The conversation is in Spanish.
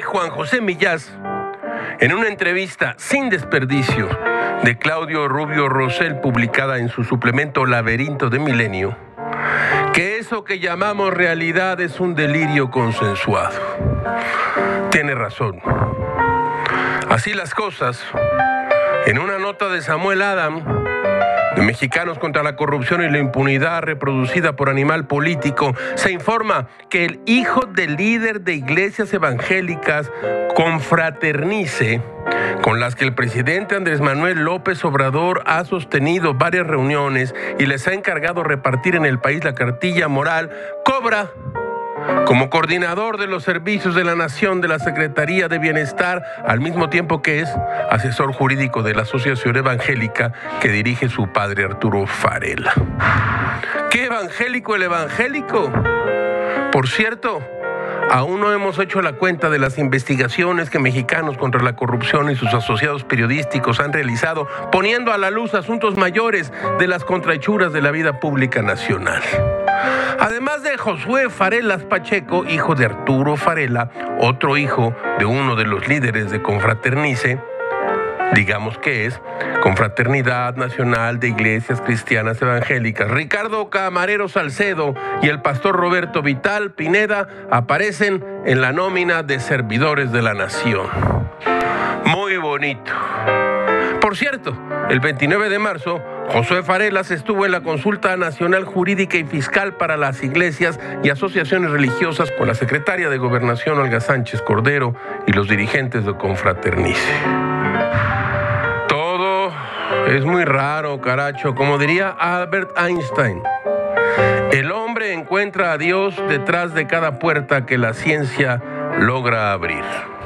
Juan José Millás, en una entrevista sin desperdicio de Claudio Rubio Rosell publicada en su suplemento Laberinto de Milenio, que eso que llamamos realidad es un delirio consensuado. Tiene razón. Así las cosas, en una nota de Samuel Adam, de Mexicanos contra la Corrupción y la Impunidad reproducida por Animal Político, se informa que el hijo del líder de iglesias evangélicas Confraternice, con las que el presidente Andrés Manuel López Obrador ha sostenido varias reuniones y les ha encargado repartir en el país la cartilla moral, cobra como coordinador de los servicios de la Nación de la Secretaría de Bienestar, al mismo tiempo que es asesor jurídico de la Asociación Evangélica que dirige su padre Arturo Farela. ¿Qué evangélico el evangélico? Por cierto, aún no hemos hecho la cuenta de las investigaciones que Mexicanos contra la Corrupción y sus asociados periodísticos han realizado, poniendo a la luz asuntos mayores de las contrahechuras de la vida pública nacional. Además de Josué Farelas Pacheco, hijo de Arturo Farela, otro hijo de uno de los líderes de Confraternice, digamos que es Confraternidad Nacional de Iglesias Cristianas Evangélicas, Ricardo Camarero Salcedo y el pastor Roberto Vital Pineda aparecen en la nómina de servidores de la nación. Muy bonito. Por cierto, el 29 de marzo, Josué Farelas estuvo en la Consulta Nacional Jurídica y Fiscal para las Iglesias y Asociaciones Religiosas con la secretaria de Gobernación, Olga Sánchez Cordero, y los dirigentes de Confraternice. Todo es muy raro, caracho. Como diría Albert Einstein, el hombre encuentra a Dios detrás de cada puerta que la ciencia logra abrir.